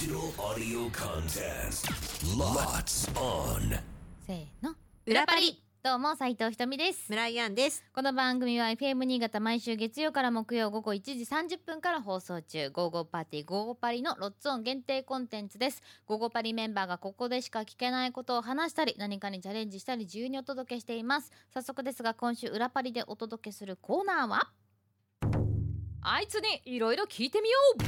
Digital audio contest. Lots on. せーの、 裏パリ。 どうも斉藤ひとみです。 村井杏です。 この番組は FM 新潟毎週月曜から木曜午後1時30分から放送中、ゴーゴーパーティーゴーゴーパリのロッツオン限定コンテンツです。ゴーゴーパリメンバーがここでしか聞けないことを話したり、何かにチャレンジしたり自由にお届けしています。早速ですが、今週裏パリでお届けするコーナーは、あいつにいろいろ聞いてみよう。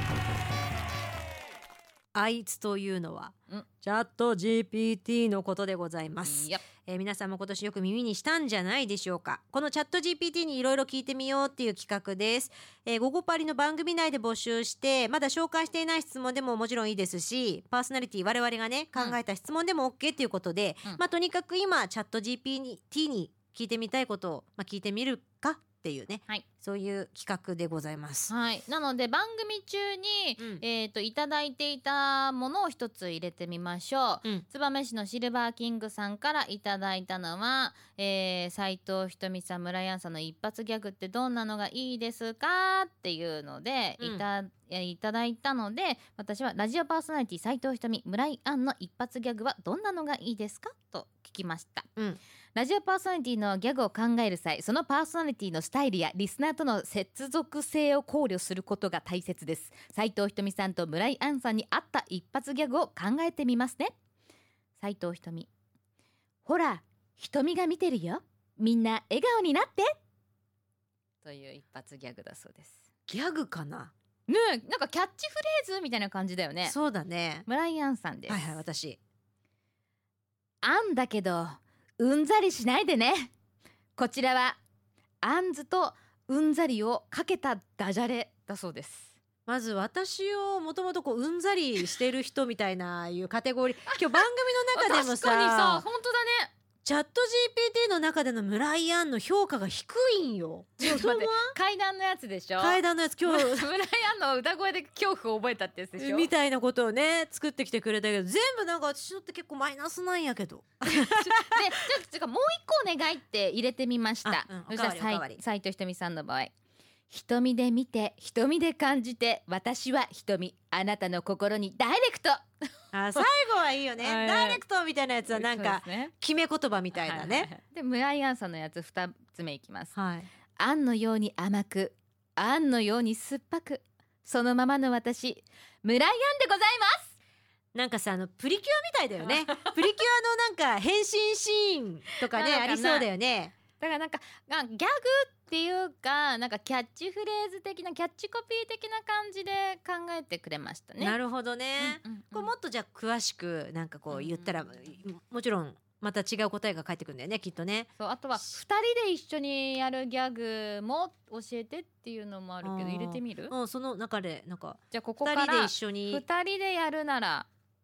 あいつというのは、 うんチャット GPT のことでございますいや、 皆さんも今年よく耳にしたんじゃないでしょうか。このチャット GPT にいろいろ聞いてみようっていう企画です。ゴゴパリの番組内で募集して、まだ紹介していない質問でももちろんいいですし、パーソナリティ我々がね考えた質問でも OK っていうことで、とにかく今チャット GPT に聞いてみたいことを、聞いてみるかっていうね、 はい、 そういう企画でございます。 はい、なので番組中に、いただいていたものを一つ入れてみましょう。燕市のシルバーキングさんからいただいたのは、斉藤ひとみさん、村井さんの一発ギャグってどんなのがいいですかっていうので、いただいたので、私はラジオパーソナリティ斉藤ひとみ、村井の一発ギャグはどんなのがいいですかと聞きました。ラジオパーソナリティのギャグを考える際、そのパーソナリティのスタイルやリスナーとの接続性を考慮することが大切です。斉藤ひとみさんと村井杏さんに合った一発ギャグを考えてみますね。斉藤ひとみ、ほら、ひとみが見てるよ。みんな笑顔になって。という一発ギャグだそうです。 ギャグかなねえ、なんかキャッチフレーズみたいな感じだよね。 そうだね。 村井杏さんです。 はいはい、私。 あんだけどうんざりしないでね。こちらはあんずとうんざりをかけたダジャレだそうです。 まず私をもともとうんざりしてる人みたいないうカテゴリー今日番組の中でも確かにさ、 さ本当だね。 チャット GPT の中での村井杏の評価が低いんよ。 ちょっと待って、階段のやつでしょ。 階段のやつ今日村井杏の歌声で恐怖を覚えたってやつでしょみたいなことをね作ってきてくれたけど、全部なんか私のって結構マイナスなんやけどで、ちょっともう一個お願いって入れてみました。そしたら斉藤ひとみさんの場合、瞳で見て瞳で感じて、私は瞳、あなたの心にダイレクト。 最後はいいよねダイレクトみたいなやつはなんか決め言葉みたいなね。 で、村井杏さんのやつ2つ目いきます。 はい。 あんのように甘く、あんのように酸っぱく、そのままの私、村井杏でございます。 なんかさ、プリキュアみたいだよねプリキュアのなんか変身シーンとかねありそうだよね。 だからなんかギャグっていうか、なんかキャッチフレーズ的な、キャッチコピー的な感じで考えてくれましたね。 なるほどね、これもっとじゃあ詳しくなんか言ったら、もちろんまた違う答えが返ってくるんだよねきっとね。 そう、あとは2人で一緒にやるギャグも教えてっていうのもあるけど、入れてみる？ その中でなんかじゃあここから 2人で一緒に 2人でやるなら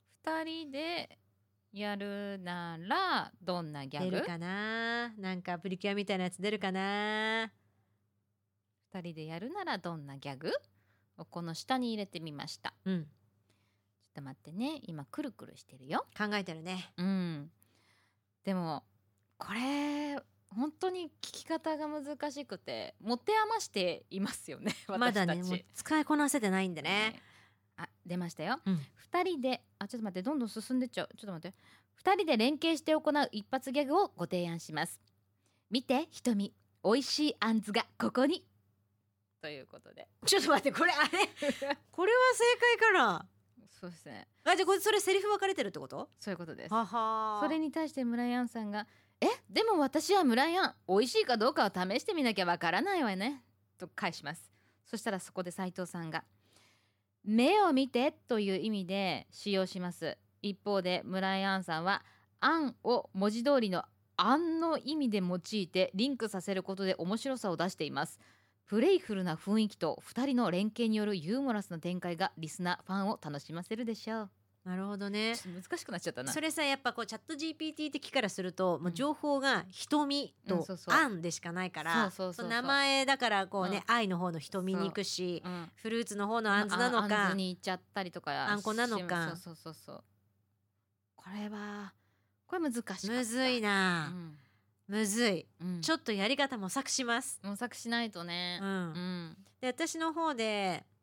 どんなギャグ？ 出るかな。なんかプリキュアみたいなやつ出るかな。 2人でやるならどんなギャグをこの下に入れてみました。ちょっと待ってね、今くるくるしてるよ。 考えてるね。 でもこれ本当に聞き方が難しくて持て余していますよねまだね、もう使いこなせてないんでね。 出ましたよ。2人でちょっと待って、どんどん進んでっちゃう。ちょっと待って。2人で連携して行う一発ギャグをご提案します。見て瞳、美味しいあんずがここに、ということで。 ちょっと待って、これあれこれは正解かな。 そうですね。 じゃあこれそれセリフ分かれてるってこと？ そういうことです。 それに対して村井杏さんが、でも私は村井杏、美味しいかどうかを試してみなきゃわからないわねと返します。そしたらそこで斉藤さんが、目を見てという意味で使用します。一方で村井杏さんは、あんを文字通りのあんの意味で用いてリンクさせることで面白さを出しています。プレイフルな雰囲気と2人の連携によるユーモラスな展開がリスナーファンを楽しませるでしょう。 なるほどね。 ちょっと難しくなっちゃったな。 それさ、やっぱチャット GPT 的からすると、もう情報が瞳とあんでしかないから、名前だから愛の方の瞳に行くし、フルーツの方のあんずなのか、 あんずに行っちゃったりとか、 あんこなのか。 これ難しかった。 むずいな、むずい、ちょっとやり方模索します。 模索しないとね。 で、私の方で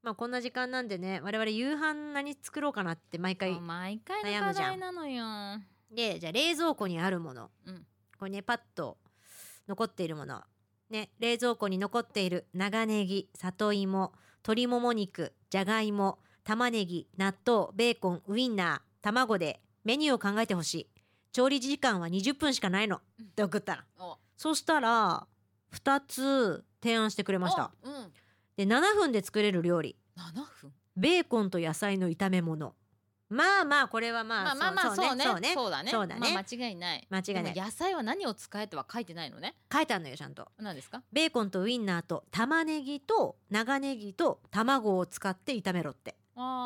まあこんな時間なんでね、我々夕飯何作ろうかなって毎回毎回の課題なのよ。 で、じゃあ冷蔵庫にあるもの、これね、パッと残っているものね、冷蔵庫に残っている長ネギ、里芋、鶏もも肉、じゃがいも、玉ねぎ、納豆、ベーコン、ウインナー、卵でメニューを考えてほしい。調理時間は20分しかないのって送ったの。そしたら2つ提案してくれました。で、7分で作れる料理。 7分？ ベーコンと野菜の炒め物。まあまあこれはまあそうね。 そうだね。 まあ間違いない。 間違いない。 でも野菜は何を使えとは書いてないのね。 書いてあるのよちゃんと。 何ですか？ ベーコンとウインナーと玉ねぎと長ネギと卵を使って炒めろって。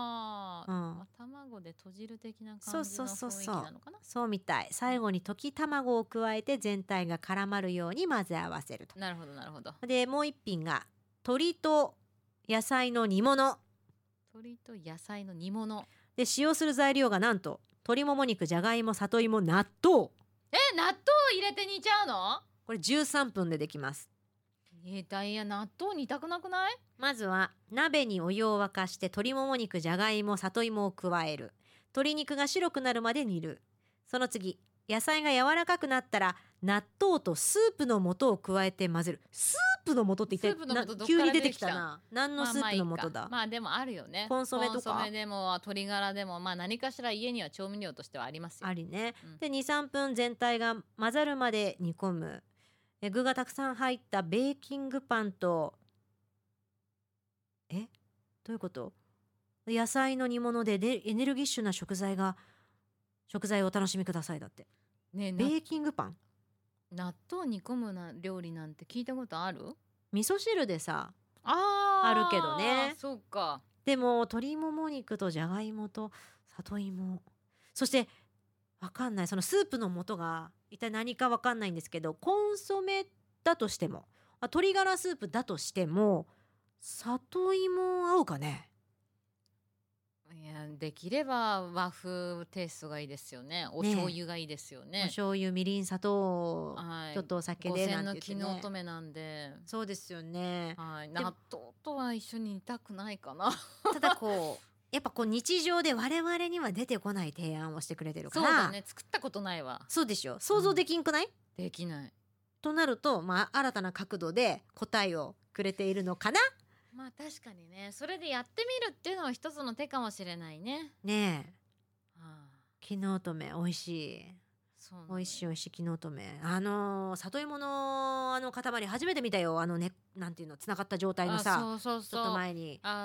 卵で閉じる的な感じの雰囲気なのかな。 そうみたい。最後に溶き卵を加えて全体が絡まるように混ぜ合わせると。 なるほどなるほど。 でもう一品が鶏と野菜の煮物。 鶏と野菜の煮物で、使用する材料がなんと鶏もも肉、じゃがいも、里芋、納豆。 納豆入れて煮ちゃうの？ これ13分でできます。 ダイヤ、納豆煮たくなくない？ まずは鍋にお湯を沸かして鶏もも肉、じゃがいも、里芋を加える。鶏肉が白くなるまで煮る。その次、野菜が柔らかくなったら納豆とスープの素を加えて混ぜる。スープの素って言って急に出てきたな。何のスープの素だ？ まあでもあるよね。 コンソメとか。 コンソメでも鶏ガラでもまあ何かしら家には調味料としてはありますよ。 ありね。で 2,3 分全体が混ざるまで煮込む。具がたくさん入ったベーキングパンとどういうこと？野菜の煮物でエネルギッシュな食材をお楽しみくださいだって。ね、ベーキングパン。 納豆煮込む料理なんて聞いたことある？ 味噌汁でさあるけどね。 そうか。 でも鶏もも肉とじゃがいもと里芋、そしてわかんない、そのスープの素が一体何かわかんないんですけど、コンソメだとしても鶏ガラスープだとしても里芋合うかね？ いや、できれば和風テイストがいいですよね。お醤油がいいですよね。 お醤油、みりん、砂糖、ちょっとお酒でなんて言ってね。 五線の木の乙女なんで。 そうですよね。 納豆とは一緒に煮たくないかな。 ただやっぱ日常で我々には出てこない提案をしてくれてるから。 そうだね、作ったことないわ。 そうでしょ。想像できんくない？ できない。 となると、新たな角度で答えをくれているのかな。 まあ確かにね、それでやってみるっていうのは一つの手かもしれないね。 ねえ、木の乙女美味しい。美味しい木の乙女。里芋の塊初めて見たよ。なんていうの、つながった状態のさ。ちょっと前に原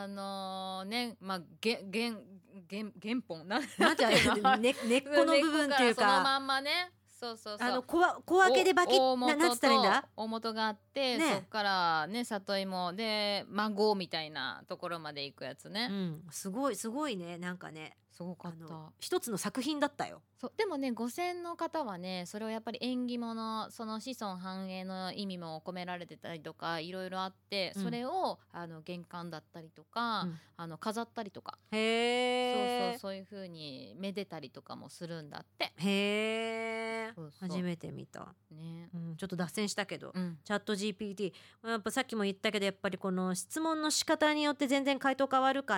本なんていうの、根っこの部分っていうか、 そのまんまね。 小分けでバキッ、なんつったらいいんだ？ 大元があって、そっからね、里芋で孫みたいなところまで行くやつね。 すごいね。なんかね、 すごかった。 一つの作品だったよ。 でもね、五線の方はね、それをやっぱり縁起物、その子孫繁栄の意味も込められてたりとかいろいろあって、それを玄関だったりとか、飾ったりとか、そういう風にめでたりとかもするんだって。 初めて見たね。 ちょっと脱線したけど、チャット GPT やっぱさっきも言ったけど、やっぱりこの質問の仕方によって全然回答変わるから、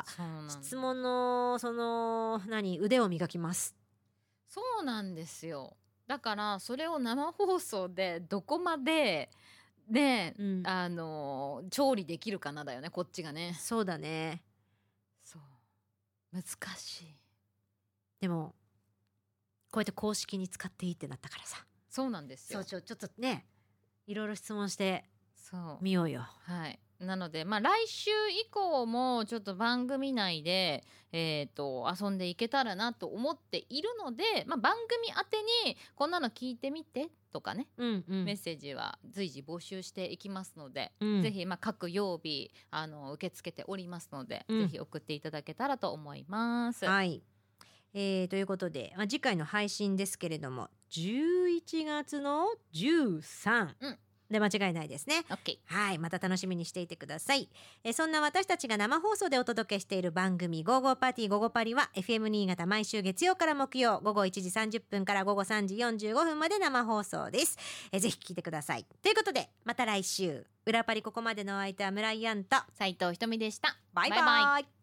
質問の腕を磨きます。 そうなんですよ。だからそれを生放送でどこまで調理できるかなだよね、こっちがね。 そうだね。 難しい。 でもこうやって公式に使っていいってなったからさ。 そうなんですよ。 ちょっとね、いろいろ質問してみようよ。 なので来週以降もちょっと番組内で遊んでいけたらなと思っているので、番組宛てにこんなの聞いてみてとかね、メッセージは随時募集していきますので、ぜひ各曜日受け付けておりますので、ぜひ送っていただけたらと思います。 はい。ということで、次回の配信ですけれども11月の13 で間違いないですね。 OK。 はい、また楽しみにしていてください。そんな私たちが生放送でお届けしている番組ゴーゴーパーティーゴゴパリは FM 新潟毎週月曜から木曜午後1時30分から午後3時45分まで生放送です。ぜひ聞いてください。ということでまた来週。裏パリここまでのお相手は村井アンと斉藤ひとみでした。 バイバイ。